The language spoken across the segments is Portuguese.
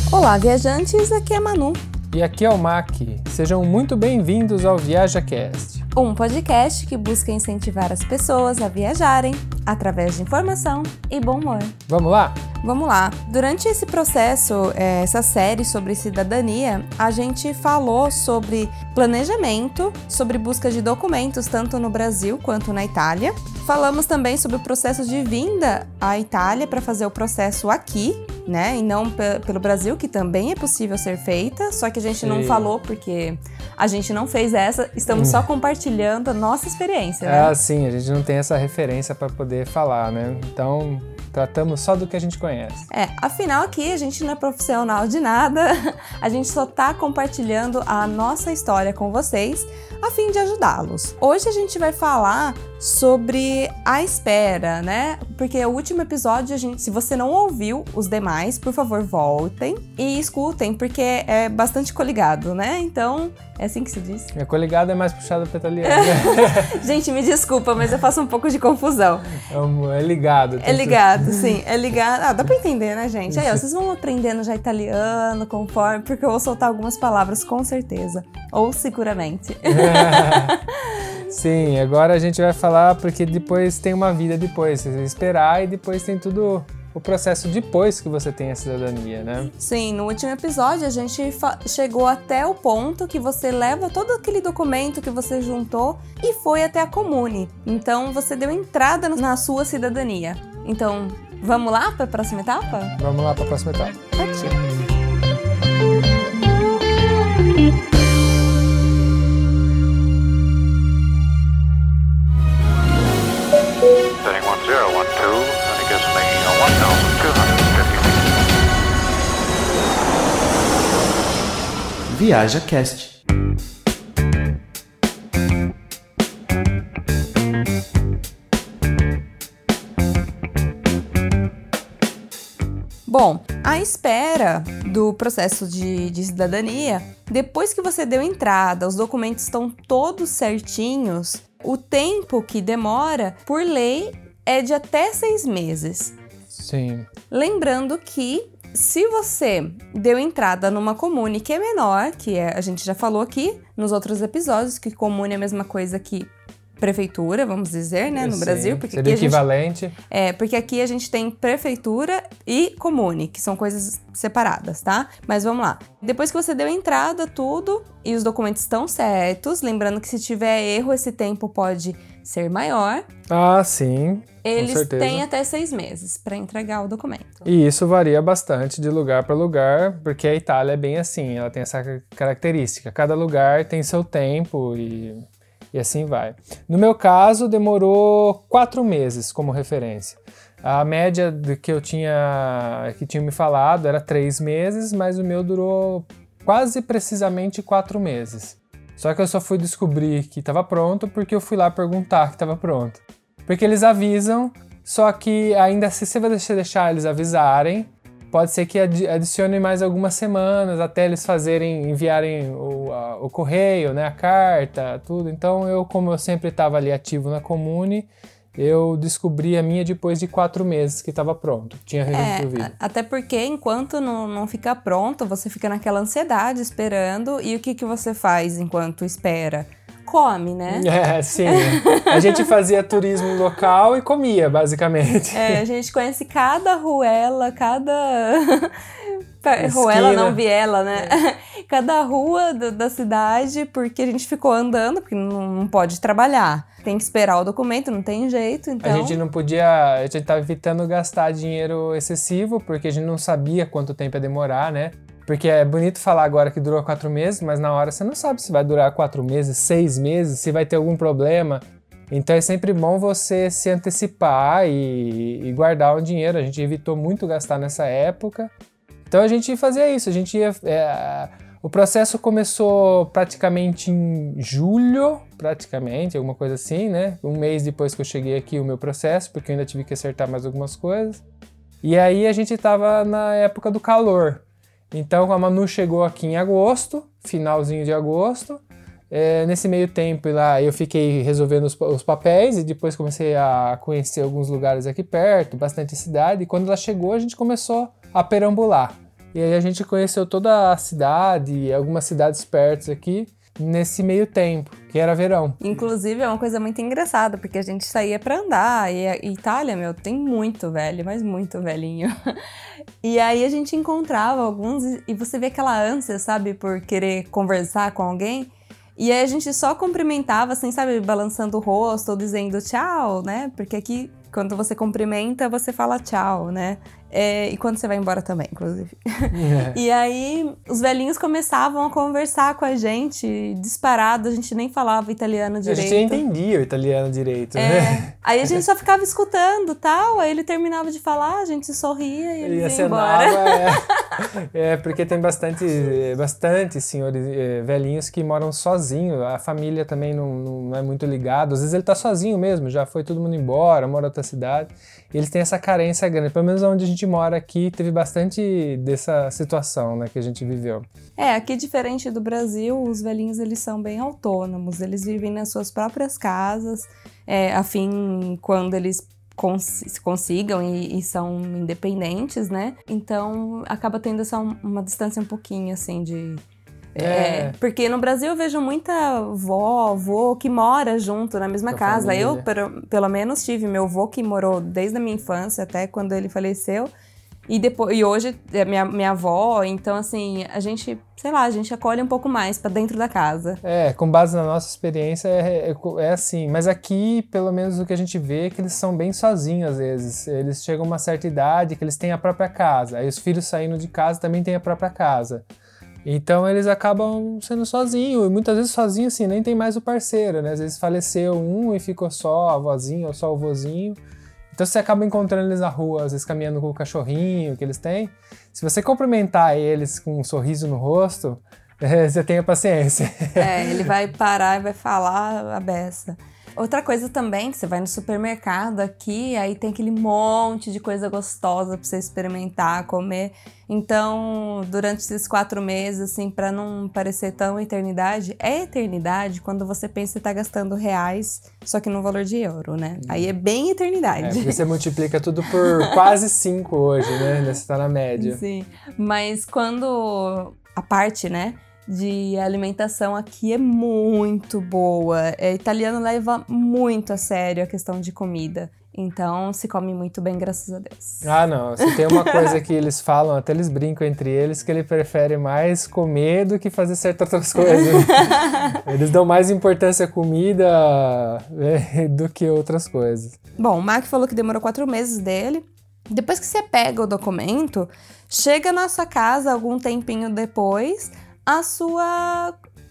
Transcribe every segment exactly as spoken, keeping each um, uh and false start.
Olá, viajantes, aqui é a Manu. E aqui é o Mac. Sejam muito bem-vindos ao ViajaCast, um podcast que busca incentivar as pessoas a viajarem através de informação e bom humor. Vamos lá? Vamos lá. Durante esse processo, essa série sobre cidadania, a gente falou sobre planejamento, sobre busca de documentos, tanto no Brasil quanto na Itália. Falamos também sobre o processo de vinda à Itália para fazer o processo aqui, né? E não p- pelo Brasil, que também é possível ser feita, só que a gente Sim. não falou porque a gente não fez essa, estamos só compartilhando a nossa experiência, né? Ah, sim, a gente não tem essa referência para poder falar, né? Então, tratamos só do que a gente conhece. É, afinal aqui a gente não é profissional de nada, a gente só tá compartilhando a nossa história com vocês, a fim de ajudá-los. Hoje a gente vai falar sobre a espera, né? Porque o último episódio, a gente, se você não ouviu os demais, por favor, voltem e escutem, porque é bastante coligado, né? Então, é assim que se diz? É, coligado é mais puxado para italiano. Gente, me desculpa, mas eu faço um pouco de confusão. É, é ligado. É ligado, sim, é ligado. Ah, dá pra entender, né, gente? Aí, ó, vocês vão aprendendo já italiano, conforme, porque eu vou soltar algumas palavras, com certeza. Ou seguramente. Sim, agora a gente vai falar porque depois tem uma vida depois, você esperar e depois tem tudo o processo depois que você tem a cidadania, né? Sim, no último episódio a gente fa- chegou até o ponto que você leva todo aquele documento que você juntou e foi até a comune. Então você deu entrada na sua cidadania. Então, vamos lá para a próxima etapa? Vamos lá para a próxima etapa. Partiu. ViajaCast. Bom, a espera do processo de, de cidadania, depois que você deu entrada, os documentos estão todos certinhos, o tempo que demora, por lei, é de até seis meses. Sim. Lembrando que se você deu entrada numa comune que é menor, que é, a gente já falou aqui nos outros episódios, que comune é a mesma coisa que prefeitura, vamos dizer, né, no Sim, Brasil. Porque seria aqui equivalente. A gente, é, porque aqui a gente tem prefeitura e comune, que são coisas separadas, tá? Mas vamos lá. Depois que você deu entrada, tudo, e os documentos estão certos, lembrando que se tiver erro, esse tempo pode ser maior. Ah, sim. Eles têm até seis meses para entregar o documento. E isso varia bastante de lugar para lugar, porque a Itália é bem assim, ela tem essa característica. Cada lugar tem seu tempo e, e assim vai. No meu caso, demorou quatro meses como referência. A média do que eu tinha, que tinha me falado era três meses, mas o meu durou quase precisamente quatro meses. Só que eu só fui descobrir que estava pronto porque eu fui lá perguntar que estava pronto. Porque eles avisam, só que ainda se você deixar eles avisarem, pode ser que adicione mais algumas semanas até eles fazerem, enviarem o, a, o correio, né, a carta, tudo. Então eu, como eu sempre estava ali ativo na comune, eu descobri a minha depois de quatro meses que estava pronto, tinha resolvido. É, até porque enquanto não, não fica pronto, você fica naquela ansiedade esperando, e o que, que você faz enquanto espera? Come, né? É, sim. A gente fazia turismo local e comia, basicamente. É, a gente conhece cada ruela, cada... ruela não, viela, né? É. Cada rua do, da cidade, porque a gente ficou andando, porque não, não pode trabalhar. Tem que esperar o documento, não tem jeito, então... A gente não podia... A gente tava evitando gastar dinheiro excessivo, porque a gente não sabia quanto tempo ia demorar, né? Porque é bonito falar agora que durou quatro meses, mas na hora você não sabe se vai durar quatro meses, seis meses, se vai ter algum problema. Então é sempre bom você se antecipar e, e guardar um dinheiro. A gente evitou muito gastar nessa época. Então a gente fazia isso. A gente ia, é, o processo começou praticamente em julho, praticamente, alguma coisa assim, né? Um mês depois que eu cheguei aqui o meu processo, porque eu ainda tive que acertar mais algumas coisas. E aí a gente estava na época do calor. Então a Manu chegou aqui em agosto, finalzinho de agosto. É, nesse meio tempo lá eu fiquei resolvendo os, os papéis e depois comecei a conhecer alguns lugares aqui perto, bastante cidade. E quando ela chegou a gente começou a perambular. E aí a gente conheceu toda a cidade, algumas cidades perto aqui, nesse meio tempo, que era verão. Inclusive, é uma coisa muito engraçada, porque a gente saía pra andar, e a Itália, meu, tem muito velho, mas muito velhinho. E aí a gente encontrava alguns, e você vê aquela ânsia, sabe, por querer conversar com alguém, e aí a gente só cumprimentava, assim, sabe, balançando o rosto, ou dizendo tchau, né, porque aqui, quando você cumprimenta, você fala tchau, né. É, e quando você vai embora também, inclusive. É. E aí, os velhinhos começavam a conversar com a gente, disparado, a gente nem falava italiano direito. A gente nem entendia o italiano direito, é. né? Aí a gente só ficava escutando, tal, aí ele terminava de falar, a gente sorria e ele ia embora. É. É, porque tem bastante, bastante senhores é, velhinhos que moram sozinhos, a família também não, não é muito ligada, às vezes ele tá sozinho mesmo, já foi todo mundo embora, mora em outra cidade, e eles têm essa carência grande, pelo menos onde a gente mora aqui, teve bastante dessa situação, né, que a gente viveu. É, aqui diferente do Brasil, os velhinhos eles são bem autônomos, eles vivem nas suas próprias casas, é, a fim quando eles cons- consigam e, e são independentes, né? Então acaba tendo essa um, uma distância um pouquinho assim de... É. É, porque no Brasil eu vejo muita vó, avô que mora junto na mesma da casa. Família. Eu, pelo, pelo menos, tive meu avô que morou desde a minha infância até quando ele faleceu. E, depois, e hoje é minha, minha avó, então assim, a gente, sei lá, a gente acolhe um pouco mais pra dentro da casa. É, com base na nossa experiência é, é, é assim, mas aqui, pelo menos o que a gente vê é que eles são bem sozinhos às vezes. Eles chegam a uma certa idade que eles têm a própria casa, aí os filhos saindo de casa também têm a própria casa. Então eles acabam sendo sozinhos, e muitas vezes sozinhos assim, nem tem mais o parceiro, né? Às vezes faleceu um e ficou só a avózinha ou só o vozinho. Então você acaba encontrando eles na rua, às vezes caminhando com o cachorrinho que eles têm. Se você cumprimentar eles com um sorriso no rosto, é, você tenha paciência. É, ele vai parar e vai falar a beça. Outra coisa também, que você vai no supermercado aqui, aí tem aquele monte de coisa gostosa pra você experimentar, comer. Então, durante esses quatro meses, assim, pra não parecer tão eternidade, é eternidade quando você pensa que tá gastando reais, só que no valor de euro, né? Aí é bem eternidade. É, porque você multiplica tudo por quase cinco hoje, né? Você tá na média. Sim, mas quando a parte, né? de alimentação aqui é muito boa. É, italiano leva muito a sério a questão de comida. Então, se come muito bem, graças a Deus. Ah, não. Se tem uma coisa que eles falam, até eles brincam entre eles, que ele prefere mais comer do que fazer certas outras coisas. Eles dão mais importância à comida é, do que outras coisas. Bom, o Mark falou que demorou quatro meses dele. Depois que você pega o documento, chega na sua casa algum tempinho depois... a sua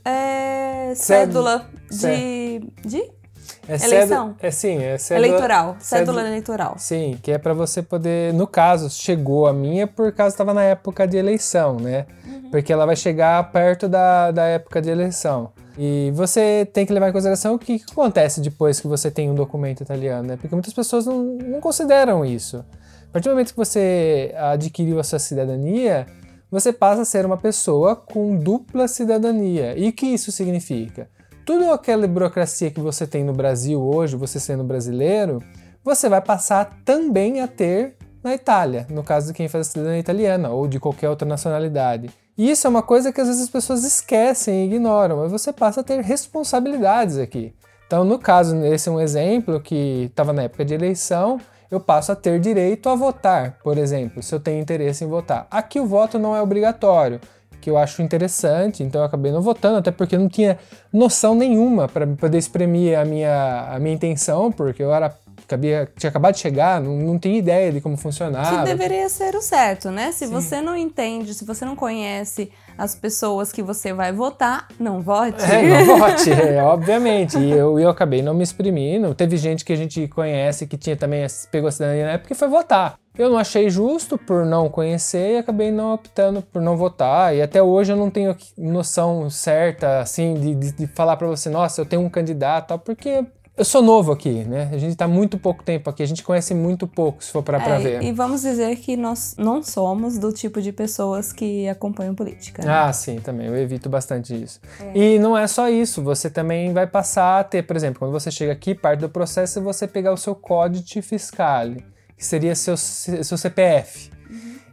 é, cédula de, de é eleição. Cédula, é sim, é cédula... Eleitoral, cédula, cédula eleitoral. Sim, que é para você poder... No caso, chegou a minha por causa estava na época de eleição, né? Uhum. Porque ela vai chegar perto da, da época de eleição. E você tem que levar em consideração o que, que acontece depois que você tem um documento italiano, né? Porque muitas pessoas não, não consideram isso. A partir do momento que você adquiriu a sua cidadania... você passa a ser uma pessoa com dupla cidadania. E o que isso significa? Tudo aquela burocracia que você tem no Brasil hoje, você sendo brasileiro, você vai passar também a ter na Itália, no caso de quem faz a cidadania italiana ou de qualquer outra nacionalidade. E isso é uma coisa que às vezes as pessoas esquecem e ignoram, mas você passa a ter responsabilidades aqui. Então, no caso, esse é um exemplo que estava na época de eleição, eu passo a ter direito a votar, por exemplo, se eu tenho interesse em votar. Aqui o voto não é obrigatório, que eu acho interessante, então eu acabei não votando, até porque eu não tinha noção nenhuma para poder exprimir a minha, a minha intenção, porque eu era, acabei, tinha acabado de chegar, não, não tinha ideia de como funcionava. Que deveria ser o certo, né? Se Sim. você não entende, se você não conhece as pessoas que você vai votar, não vote. É, não vote, é, obviamente. E eu, eu acabei não me exprimindo. Teve gente que a gente conhece que tinha também, pegou a cidadania na época e foi votar. Eu não achei justo por não conhecer e acabei não optando por não votar. E até hoje eu não tenho noção certa, assim, de, de, de falar pra você, nossa, eu tenho um candidato, tal, porque... eu sou novo aqui, né? A gente tá muito pouco tempo aqui, a gente conhece muito pouco, se for parar é, pra ver. E vamos dizer que nós não somos do tipo de pessoas que acompanham política. Né? Ah, sim, também, eu evito bastante isso. É. E não é só isso, você também vai passar a ter, por exemplo, quando você chega aqui, parte do processo é você pegar o seu códice fiscal, que seria seu, seu C P F. Uhum.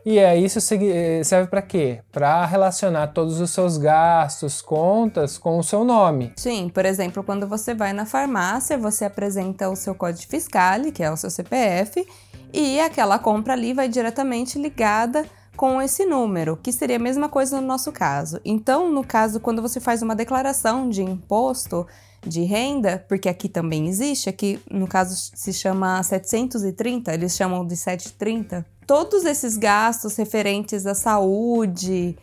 E é, isso serve para quê? Para relacionar todos os seus gastos, contas com o seu nome. Sim, por exemplo, quando você vai na farmácia, você apresenta o seu código fiscal, que é o seu C P F, e aquela compra ali vai diretamente ligada com esse número, que seria a mesma coisa no nosso caso. Então, no caso, quando você faz uma declaração de imposto de renda, porque aqui também existe, aqui no caso se chama setecentos e trinta, eles chamam de setecentos e trinta, todos esses gastos referentes à saúde,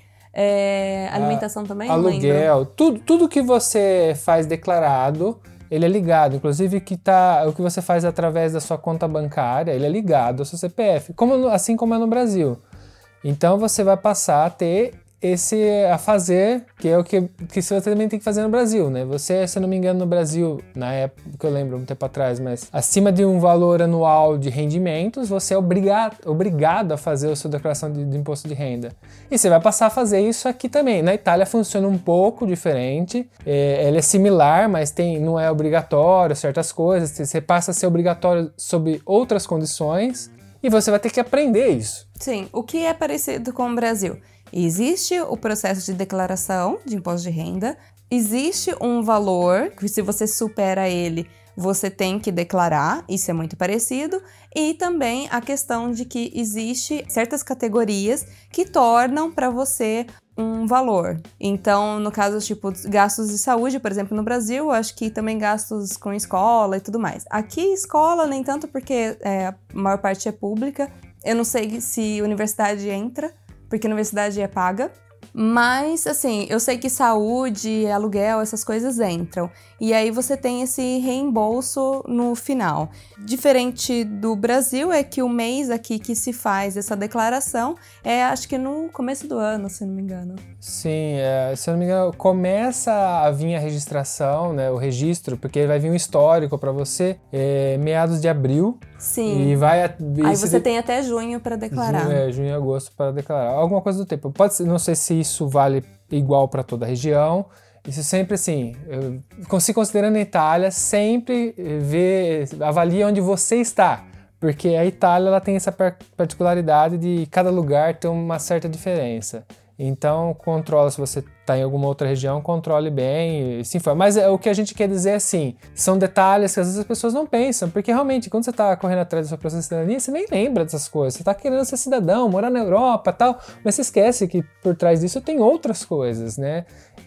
é, alimentação também, aluguel, tudo, tudo que você faz declarado, ele é ligado, inclusive que tá, o que você faz através da sua conta bancária, ele é ligado ao seu C P F, como, assim como é no Brasil. Então você vai passar a ter esse a fazer, que é o que, que você também tem que fazer no Brasil, né? Você, se eu não me engano, no Brasil, na época que eu lembro um tempo atrás, mas acima de um valor anual de rendimentos, você é obrigado, obrigado a fazer a sua declaração de, de imposto de renda. E você vai passar a fazer isso aqui também. Na Itália funciona um pouco diferente, é, ele é similar, mas tem, não é obrigatório certas coisas, você passa a ser obrigatório sob outras condições e você vai ter que aprender isso. Sim, o que é parecido com o Brasil? Existe o processo de declaração de imposto de renda, existe um valor que se você supera ele, você tem que declarar, isso é muito parecido, e também a questão de que existe certas categorias que tornam para você um valor. Então, no caso, tipo, gastos de saúde, por exemplo, no Brasil, acho que também gastos com escola e tudo mais. Aqui, escola, nem tanto porque é, a maior parte é pública, eu não sei se universidade entra, porque a universidade é paga, mas, assim, eu sei que saúde, aluguel, essas coisas entram. E aí você tem esse reembolso no final. Diferente do Brasil, é que o mês aqui que se faz essa declaração é, acho que no começo do ano, se não me engano. Sim, é, se eu não me engano, começa a vir a registração, né, o registro, porque vai vir um histórico para você, é, meados de abril. Sim. E vai a, e aí você de... tem até junho para declarar. Junho, é, junho e agosto para declarar. Alguma coisa do tipo. Pode ser, não sei se isso vale igual para toda a região. Isso sempre assim, eu, se considerando a Itália, sempre vê, avalia onde você está. Porque a Itália ela tem essa particularidade de cada lugar ter uma certa diferença. Então, controla, se você está em alguma outra região, controle bem e se informe. Mas é, o que a gente quer dizer é assim, são detalhes que às vezes as pessoas não pensam, porque realmente, quando você está correndo atrás da sua processo de cidadania, você nem lembra dessas coisas. Você está querendo ser cidadão, morar na Europa e tal, mas você esquece que por trás disso tem outras coisas, né?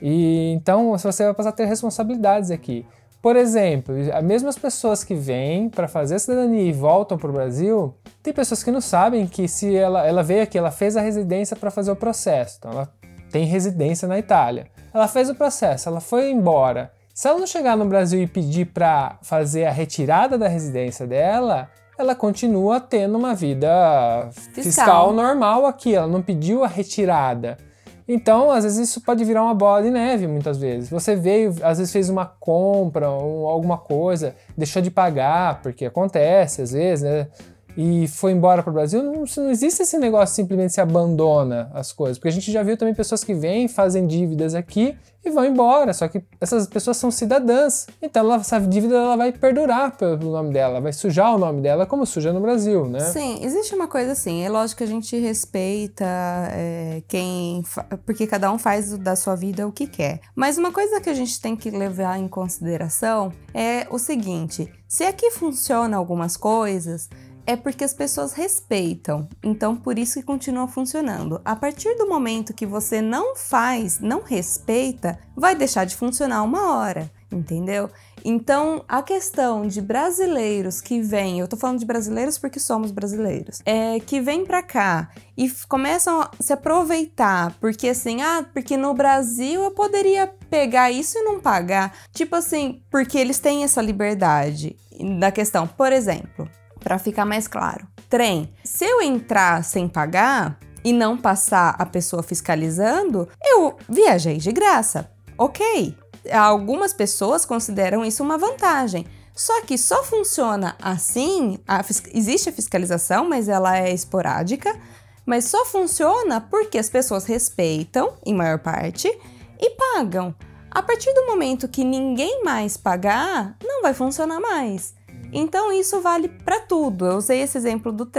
E então, você vai passar a ter responsabilidades aqui. Por exemplo, as mesmas pessoas que vêm para fazer a cidadania e voltam para o Brasil, tem pessoas que não sabem que se ela, ela veio aqui, ela fez a residência para fazer o processo, então ela tem residência na Itália. Ela fez o processo, ela foi embora. Se ela não chegar no Brasil e pedir para fazer a retirada da residência dela, ela continua tendo uma vida fiscal. fiscal normal aqui, ela não pediu a retirada. Então, às vezes isso pode virar uma bola de neve, muitas vezes. Você veio, às vezes fez uma compra ou alguma coisa, deixou de pagar, porque acontece às vezes, né? E foi embora para o Brasil, não, não existe esse negócio simplesmente se abandona as coisas, porque a gente já viu também pessoas que vêm, fazem dívidas aqui e vão embora, só que essas pessoas são cidadãs, então ela, essa dívida ela vai perdurar pelo nome dela, vai sujar o nome dela como suja no Brasil, né? Sim, existe uma coisa assim, é lógico que a gente respeita é, quem, porque cada um faz da sua vida o que quer, mas uma coisa que a gente tem que levar em consideração é o seguinte, se aqui funciona algumas coisas, é porque as pessoas respeitam, então por isso que continua funcionando. A partir do momento que você não faz, não respeita, vai deixar de funcionar uma hora, entendeu? Então, a questão de brasileiros que vêm, eu tô falando de brasileiros porque somos brasileiros, é, que vêm pra cá e f- começam a se aproveitar, porque assim, ah, porque no Brasil eu poderia pegar isso e não pagar. Tipo assim, porque eles têm essa liberdade da questão. Por exemplo, para ficar mais claro, trem, se eu entrar sem pagar e não passar a pessoa fiscalizando, eu viajei de graça, ok? Algumas pessoas consideram isso uma vantagem, só que só funciona assim, a, existe a fiscalização, mas ela é esporádica, mas só funciona porque as pessoas respeitam, em maior parte, e pagam. A partir do momento que ninguém mais pagar, não vai funcionar mais. Então isso vale para tudo. Eu usei esse exemplo do trem,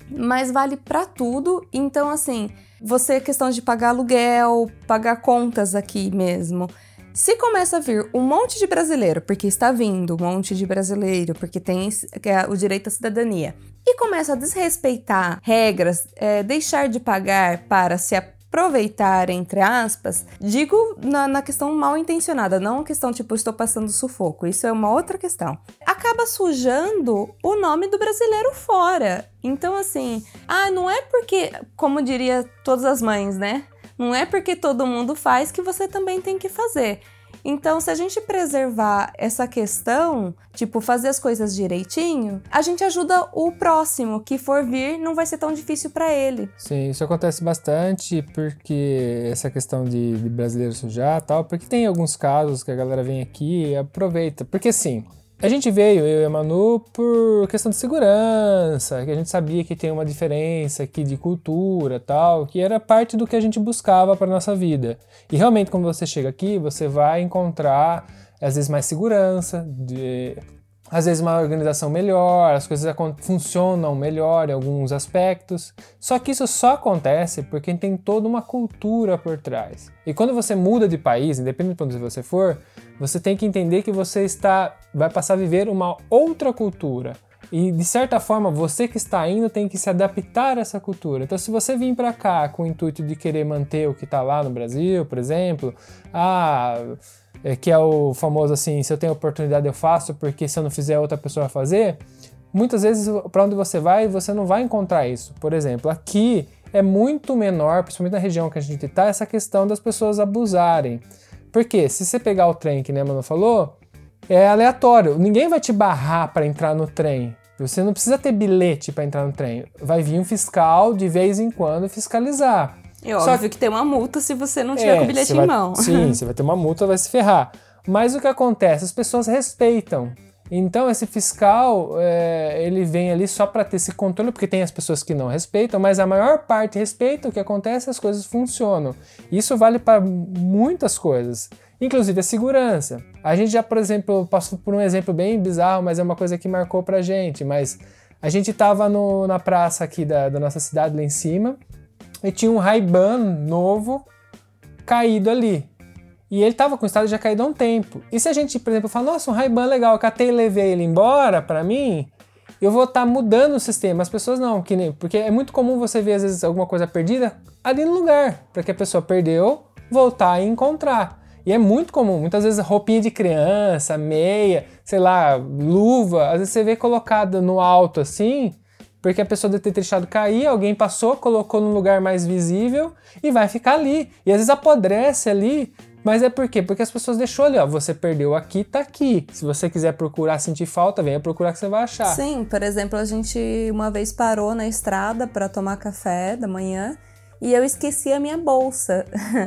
mas vale pra tudo. Então, assim, você, questão de pagar aluguel, pagar contas aqui mesmo. Se começa a vir um monte de brasileiro, porque está vindo um monte de brasileiro, porque tem o direito à cidadania, e começa a desrespeitar regras, é, deixar de pagar para se aproveitar, entre aspas, digo na, na questão mal intencionada, não questão tipo, estou passando sufoco, isso é uma outra questão. Acaba sujando o nome do brasileiro fora. Então, assim, ah, não é porque, como diria todas as mães, né? Não é porque todo mundo faz que você também tem que fazer. Então, se a gente preservar essa questão, tipo, fazer as coisas direitinho, a gente ajuda o próximo que for vir, não vai ser tão difícil para ele. Sim, isso acontece bastante porque essa questão de, de brasileiro sujar e tal, porque tem alguns casos que a galera vem aqui e aproveita. Porque assim, a gente veio, eu e a Manu, por questão de segurança, que a gente sabia que tem uma diferença aqui de cultura e tal, que era parte do que a gente buscava para nossa vida. E realmente, quando você chega aqui, você vai encontrar, às vezes, mais segurança, de, às vezes uma organização melhor, as coisas funcionam melhor em alguns aspectos. Só que isso só acontece porque tem toda uma cultura por trás. E quando você muda de país, independente de onde você for, você tem que entender que você está, vai passar a viver uma outra cultura. E, de certa forma, você que está indo tem que se adaptar a essa cultura. Então, se você vir para cá com o intuito de querer manter o que está lá no Brasil, por exemplo, ah, é, que é o famoso assim, se eu tenho oportunidade eu faço, porque se eu não fizer outra pessoa vai fazer, muitas vezes para onde você vai, você não vai encontrar isso. Por exemplo, aqui é muito menor, principalmente na região que a gente está, essa questão das pessoas abusarem. Porque se você pegar o trem, que nem a Manu falou, é aleatório. Ninguém vai te barrar para entrar no trem. Você não precisa ter bilhete para entrar no trem. Vai vir um fiscal de vez em quando fiscalizar. É óbvio Só... que tem uma multa se você não tiver é, com o bilhete em vai... mão. Sim, você vai ter uma multa, vai se ferrar. Mas o que acontece? As pessoas respeitam. Então esse fiscal, é, ele vem ali só para ter esse controle, porque tem as pessoas que não respeitam, mas a maior parte respeita, o que acontece, as coisas funcionam. Isso vale para muitas coisas, inclusive a segurança. A gente já, por exemplo, passou por um exemplo bem bizarro, mas é uma coisa que marcou pra gente, mas a gente tava no, na praça aqui da, da nossa cidade, lá em cima, e tinha um Ray-Ban novo caído ali. E ele tava com o estado já caído há um tempo. E se a gente, por exemplo, falar, nossa, um Ray-Ban legal, eu catei e levei ele embora pra mim, eu vou estar tá mudando o sistema. As pessoas não, que nem, porque é muito comum você ver, às vezes, alguma coisa perdida ali no lugar, para que a pessoa perdeu, voltar e encontrar. E é muito comum, muitas vezes roupinha de criança, meia, sei lá, luva, às vezes você vê colocada no alto assim, porque a pessoa deve ter deixado cair, alguém passou, colocou num lugar mais visível e vai ficar ali. E às vezes apodrece ali. Mas é por quê? Porque as pessoas deixou ali, ó, você perdeu aqui, tá aqui. Se você quiser procurar, sentir falta, venha procurar que você vai achar. Sim, por exemplo, a gente uma vez parou na estrada para tomar café da manhã e eu esqueci a minha bolsa.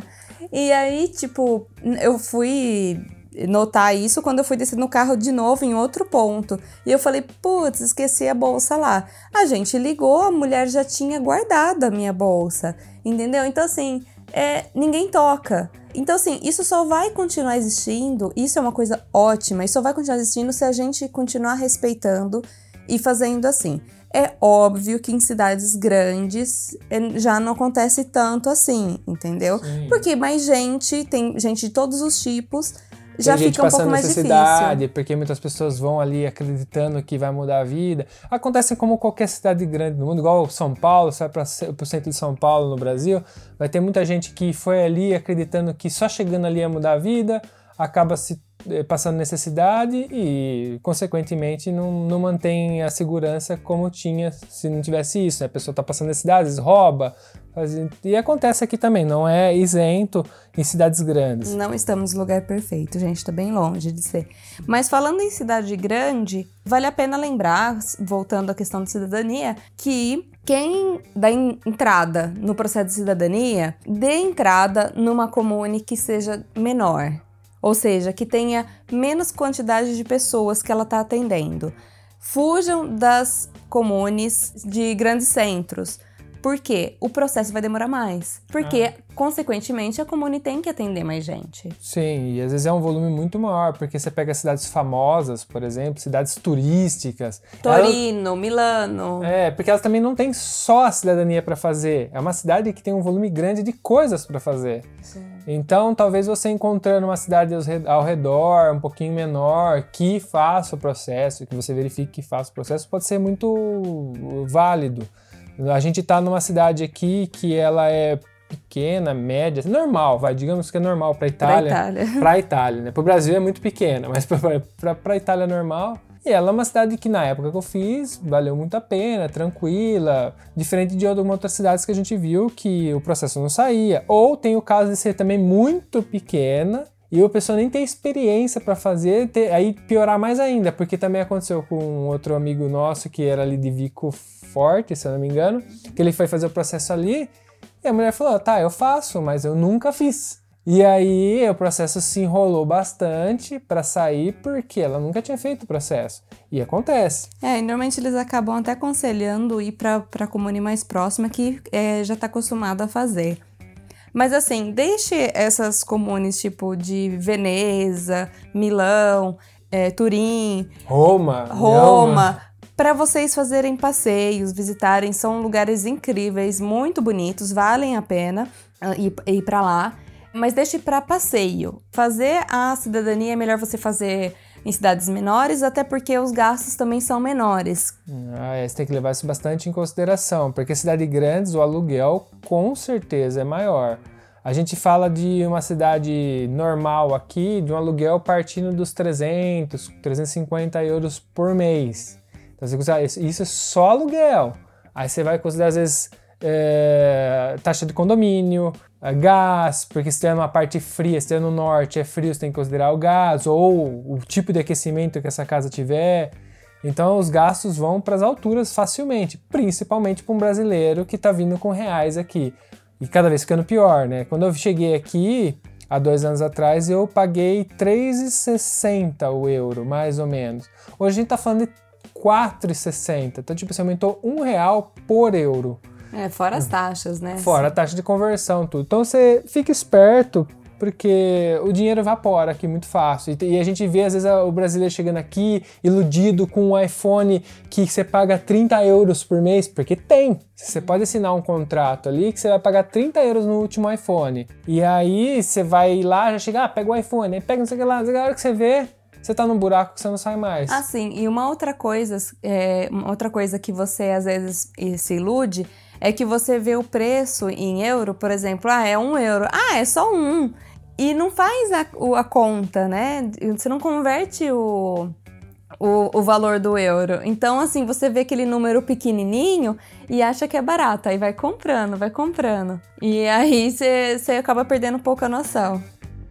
E aí, tipo, eu fui notar isso quando eu fui descer no carro de novo em outro ponto. E eu falei, putz, esqueci a bolsa lá. A gente ligou, a mulher já tinha guardado a minha bolsa, entendeu? Então, assim, é, ninguém toca. Então, assim, isso só vai continuar existindo, isso é uma coisa ótima, isso só vai continuar existindo se a gente continuar respeitando e fazendo assim. É óbvio que em cidades grandes já não acontece tanto assim, entendeu? Sim. Porque mais gente, tem gente de todos os tipos, já tem fica um pouco mais difícil. Porque muitas pessoas vão ali acreditando que vai mudar a vida. Acontece como qualquer cidade grande no mundo, igual São Paulo, você vai para o centro de São Paulo, no Brasil, vai ter muita gente que foi ali acreditando que só chegando ali ia mudar a vida, acaba se passando necessidade e, consequentemente, não, não mantém a segurança como tinha se não tivesse isso, né? A pessoa está passando necessidades, rouba, faz... e acontece aqui também, não é isento em cidades grandes. Não estamos no lugar perfeito, gente, está bem longe de ser. Mas falando em cidade grande, vale a pena lembrar, voltando à questão de cidadania, que quem dá entrada no processo de cidadania, dê entrada numa comune que seja menor. Ou seja, que tenha menos quantidade de pessoas que ela está atendendo. Fujam das comunes de grandes centros, Por quê? O processo vai demorar mais. Porque, ah. consequentemente, a comune tem que atender mais gente. Sim, e às vezes é um volume muito maior, porque você pega cidades famosas, por exemplo, cidades turísticas. Torino, elas... Milano. É, porque elas também não têm só a cidadania para fazer. É uma cidade que tem um volume grande de coisas para fazer. Sim. Então, talvez você encontrando uma cidade ao redor, um pouquinho menor, que faça o processo, que você verifique que faça o processo, pode ser muito válido. A gente está numa cidade aqui que ela é pequena, média, normal, vai, digamos que é normal para a Itália. Para a Itália. Para a Itália, né? Para o Brasil é muito pequena, mas para a Itália é normal. E ela é uma cidade que na época que eu fiz, valeu muito a pena, tranquila, diferente de algumas outras cidades que a gente viu que o processo não saía. Ou tem o caso de ser também muito pequena, e a pessoa nem tem experiência para fazer, ter, aí piorar mais ainda, porque também aconteceu com um outro amigo nosso que era ali de Vico Forte, se eu não me engano, que ele foi fazer o processo ali, e a mulher falou, tá, eu faço, mas eu nunca fiz. E aí o processo se enrolou bastante para sair, porque ela nunca tinha feito o processo. E acontece. É, e normalmente eles acabam até aconselhando ir para a comune mais próxima, que é, já está acostumado a fazer. Mas assim, deixe essas comunes tipo de Veneza, Milão, é, Turim, Roma, Roma, para vocês fazerem passeios, visitarem. São lugares incríveis, muito bonitos, valem a pena ir, ir para lá. Mas deixe para passeio. Fazer a cidadania é melhor você fazer em cidades menores, até porque os gastos também são menores. Ah, é, você tem que levar isso bastante em consideração, porque cidades grandes o aluguel com certeza é maior. A gente fala de uma cidade normal aqui, de um aluguel partindo dos trezentos, trezentos e cinquenta euros por mês. Então, você, isso é só aluguel. Aí você vai considerar, às vezes, é, taxa de condomínio, gás, porque se estiver numa parte fria, se estiver no norte é frio, você tem que considerar o gás, ou o tipo de aquecimento que essa casa tiver. Então os gastos vão para as alturas facilmente, principalmente para um brasileiro que está vindo com reais aqui. E cada vez ficando pior, né? Quando eu cheguei aqui, há dois anos atrás, eu paguei três reais e sessenta centavos o euro, mais ou menos. Hoje a gente está falando de quatro reais e sessenta centavos, então tipo, você aumentou um real por euro. É, fora as taxas, né? Fora a taxa de conversão, tudo. Então você fica esperto, porque o dinheiro evapora aqui muito fácil. E a gente vê, às vezes, o brasileiro chegando aqui, iludido com um iPhone que você paga trinta euros por mês, porque tem. Você pode assinar um contrato ali que você vai pagar trinta euros no último iPhone. E aí você vai lá, já chega, ah, pega o iPhone, aí pega não sei o que lá, a hora que você vê, você tá num buraco que você não sai mais. Ah, sim. E uma outra coisa, é, uma outra coisa que você, às vezes, se ilude, é que você vê o preço em euro, por exemplo, ah, é um euro. Ah, é só um. E não faz a, a conta, né? Você não converte o, o, o valor do euro. Então, assim, você vê aquele número pequenininho e acha que é barato. Aí vai comprando, vai comprando. E aí você, você acaba perdendo um pouco a noção.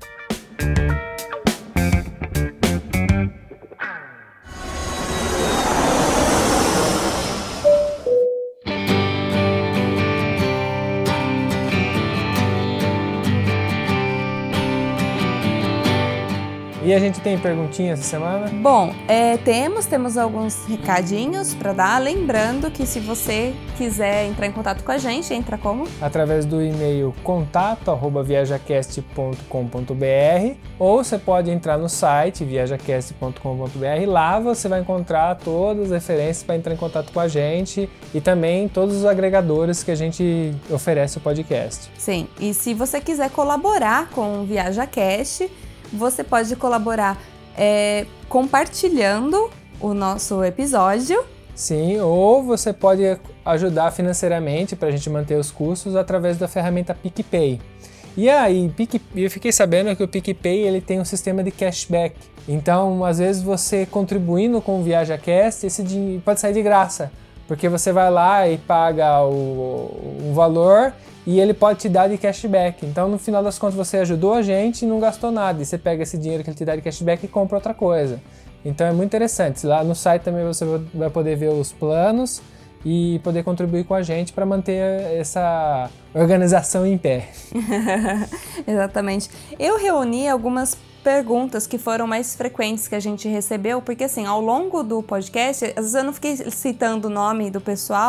E a gente tem perguntinhas essa semana? Bom, é, temos, temos alguns recadinhos para dar. Lembrando que se você quiser entrar em contato com a gente, entra como? Através do e-mail contato arroba viajacast ponto com ponto b r, ou você pode entrar no site viajacast ponto com ponto b r. Lá você vai encontrar todas as referências para entrar em contato com a gente e também todos os agregadores que a gente oferece o podcast. Sim, e se você quiser colaborar com o ViajaCast, você pode colaborar é, compartilhando o nosso episódio. Sim, ou você pode ajudar financeiramente para a gente manter os custos através da ferramenta PicPay. E aí, eu fiquei sabendo que o PicPay ele tem um sistema de cashback. Então, às vezes, você contribuindo com o ViajaCast, esse dinheiro pode sair de graça. Porque você vai lá e paga o, o valor e ele pode te dar de cashback. Então, no final das contas, você ajudou a gente e não gastou nada. E você pega esse dinheiro que ele te dá de cashback e compra outra coisa. Então, é muito interessante. Lá no site também você vai poder ver os planos e poder contribuir com a gente para manter essa organização em pé. Exatamente. Eu reuni algumas perguntas que foram mais frequentes que a gente recebeu, porque assim, ao longo do podcast, às vezes eu não fiquei citando o nome do pessoal,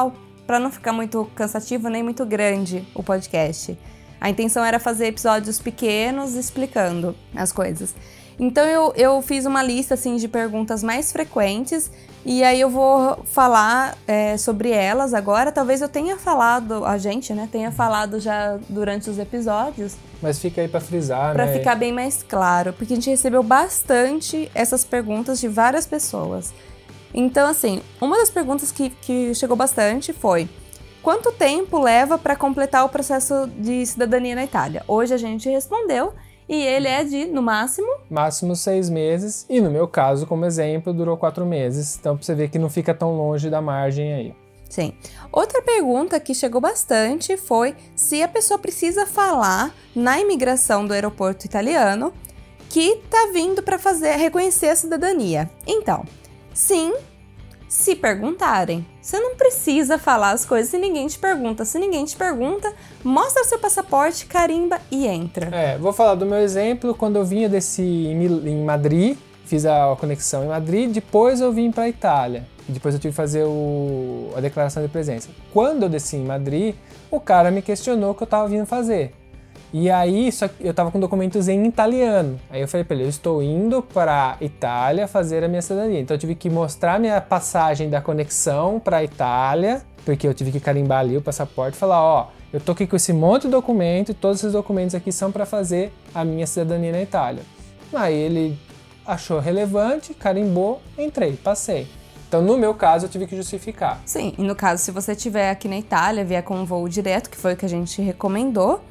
para não ficar muito cansativo nem muito grande o podcast. A intenção era fazer episódios pequenos explicando as coisas. Então eu, eu fiz uma lista assim, de perguntas mais frequentes e aí eu vou falar é, sobre elas agora. Talvez eu tenha falado, a gente né, tenha falado já durante os episódios. Mas fica aí para frisar, pra né? Para ficar bem mais claro, porque a gente recebeu bastante essas perguntas de várias pessoas. Então assim, uma das perguntas que, que chegou bastante foi: quanto tempo leva para completar o processo de cidadania na Itália? Hoje a gente respondeu. E ele é de, no máximo... Máximo seis meses. E no meu caso, como exemplo, durou quatro meses. Então, pra você ver que não fica tão longe da margem aí. Sim. Outra pergunta que chegou bastante foi se a pessoa precisa falar na imigração do aeroporto italiano que tá vindo para fazer, reconhecer a cidadania. Então, sim, se perguntarem. Você não precisa falar as coisas se ninguém te pergunta. Se ninguém te pergunta, mostra o seu passaporte, carimba e entra. É, vou falar do meu exemplo. Quando eu vinha desse em Madrid, fiz a conexão em Madrid, depois eu vim para a Itália. Depois eu tive que fazer o, a declaração de presença. Quando eu desci em Madrid, o cara me questionou o que eu estava vindo fazer. E aí, só que eu tava com documentos em italiano. Aí eu falei pra ele, eu estou indo para Itália fazer a minha cidadania. Então eu tive que mostrar minha passagem da conexão para Itália, porque eu tive que carimbar ali o passaporte e falar, ó, eu tô aqui com esse monte de documento e todos esses documentos aqui são para fazer a minha cidadania na Itália. Aí ele achou relevante, carimbou, entrei, passei. Então, no meu caso, eu tive que justificar. Sim, e no caso, se você estiver aqui na Itália, vier com um voo direto, que foi o que a gente recomendou,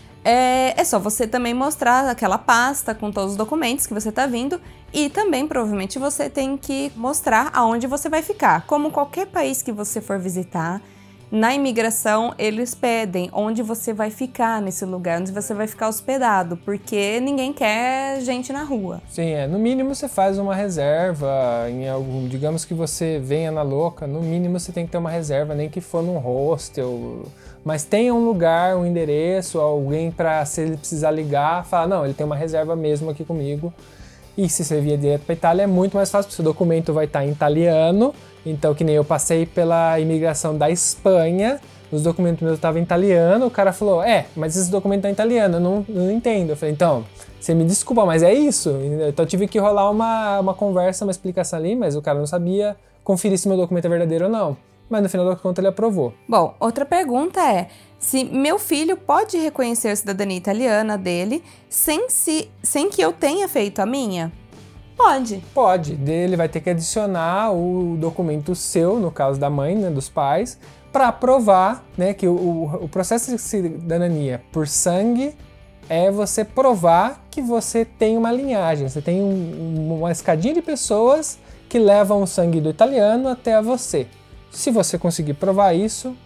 É, é só você também mostrar aquela pasta com todos os documentos que você está vindo e também, provavelmente, você tem que mostrar aonde você vai ficar. Como qualquer país que você for visitar, na imigração, eles pedem onde você vai ficar nesse lugar, onde você vai ficar hospedado, porque ninguém quer gente na rua. Sim, é. No mínimo você faz uma reserva em algum, digamos que você venha na louca, no mínimo você tem que ter uma reserva, nem que for num hostel, mas tenha um lugar, um endereço, alguém para, se ele precisar ligar, falar, não, ele tem uma reserva mesmo aqui comigo. E se você vier direto para Itália é muito mais fácil, porque o seu documento vai estar em italiano. Então, que nem eu passei pela imigração da Espanha, os documentos meus estavam em italiano, o cara falou, é, mas esse documento tá em italiano, eu não, eu não entendo. Eu falei, então, você me desculpa, mas é isso? Então eu tive que rolar uma, uma conversa, uma explicação ali, mas o cara não sabia conferir se meu documento é verdadeiro ou não. Mas no final da conta ele aprovou. Bom, outra pergunta é, se meu filho pode reconhecer a cidadania italiana dele sem, se, sem que eu tenha feito a minha? Pode. Pode. Ele vai ter que adicionar o documento seu, no caso da mãe, né, dos pais, para provar, né, que o, o processo de cidadania por sangue é você provar que você tem uma linhagem, você tem um, uma escadinha de pessoas que levam o sangue do italiano até a você. Se você conseguir provar isso,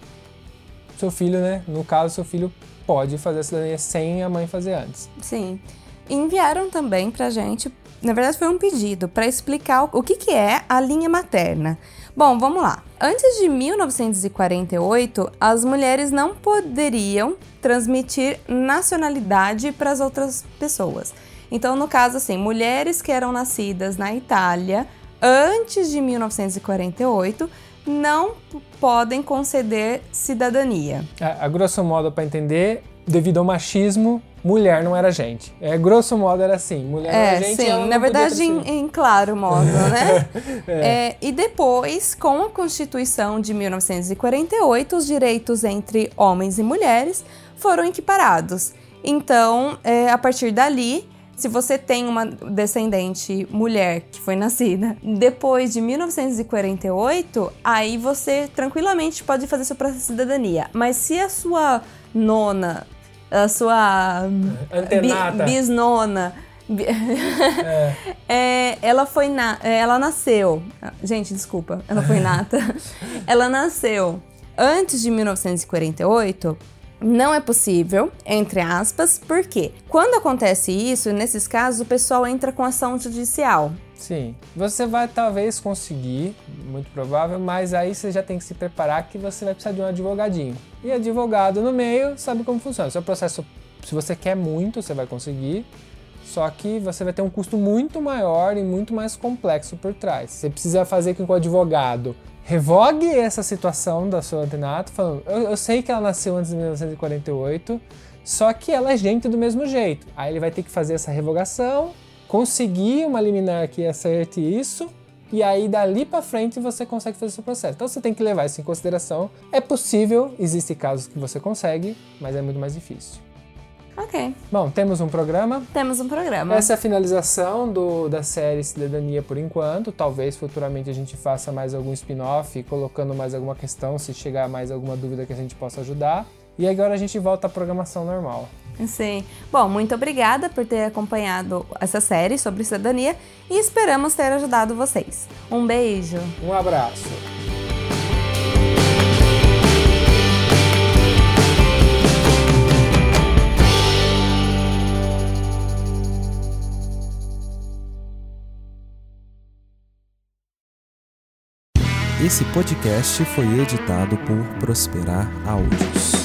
seu filho, né, no caso, seu filho pode fazer a cidadania sem a mãe fazer antes. Sim. Enviaram também pra gente, na verdade foi um pedido, para explicar o que, que é a linha materna. Bom, vamos lá. Antes de mil novecentos e quarenta e oito, as mulheres não poderiam transmitir nacionalidade para as outras pessoas. Então, no caso, assim, mulheres que eram nascidas na Itália antes de mil novecentos e quarenta e oito não podem conceder cidadania. A, a grosso modo, para entender, devido ao machismo, mulher não era gente. É, grosso modo era assim, mulher é, não era gente. Sim, na verdade em, em claro modo, né? é. É, e depois, com a Constituição de mil novecentos e quarenta e oito, os direitos entre homens e mulheres foram equiparados. Então, é, a partir dali, se você tem uma descendente mulher que foi nascida depois de mil novecentos e quarenta e oito, aí você tranquilamente pode fazer seu processo de cidadania. Mas se a sua nona, a sua bi, bisnona, bi, é. é, ela foi na, ela nasceu, gente, desculpa, ela foi nata, ela nasceu antes de mil novecentos e quarenta e oito, não é possível, entre aspas, porque quando acontece isso, nesses casos, o pessoal entra com ação judicial. Sim, você vai talvez conseguir, muito provável, mas aí você já tem que se preparar que você vai precisar de um advogadinho. E advogado no meio sabe como funciona. O seu processo, se você quer muito, você vai conseguir, só que você vai ter um custo muito maior e muito mais complexo por trás. Você precisa fazer com que o advogado revogue essa situação da sua antenato, falando, eu, eu sei que ela nasceu antes de mil novecentos e quarenta e oito, só que ela é gente do mesmo jeito. Aí ele vai ter que fazer essa revogação, conseguir uma liminar que acerte isso, e aí dali pra frente você consegue fazer o seu processo. Então você tem que levar isso em consideração. É possível, existem casos que você consegue, mas é muito mais difícil. Ok. Bom, temos um programa. Temos um programa. Essa é a finalização do, da série Cidadania por enquanto. Talvez futuramente a gente faça mais algum spin-off, colocando mais alguma questão, se chegar mais alguma dúvida que a gente possa ajudar. E agora a gente volta à programação normal. Sim. Bom, muito obrigada por ter acompanhado essa série sobre cidadania e esperamos ter ajudado vocês. Um beijo. Um abraço. Esse podcast foi editado por Prosperar Áudios.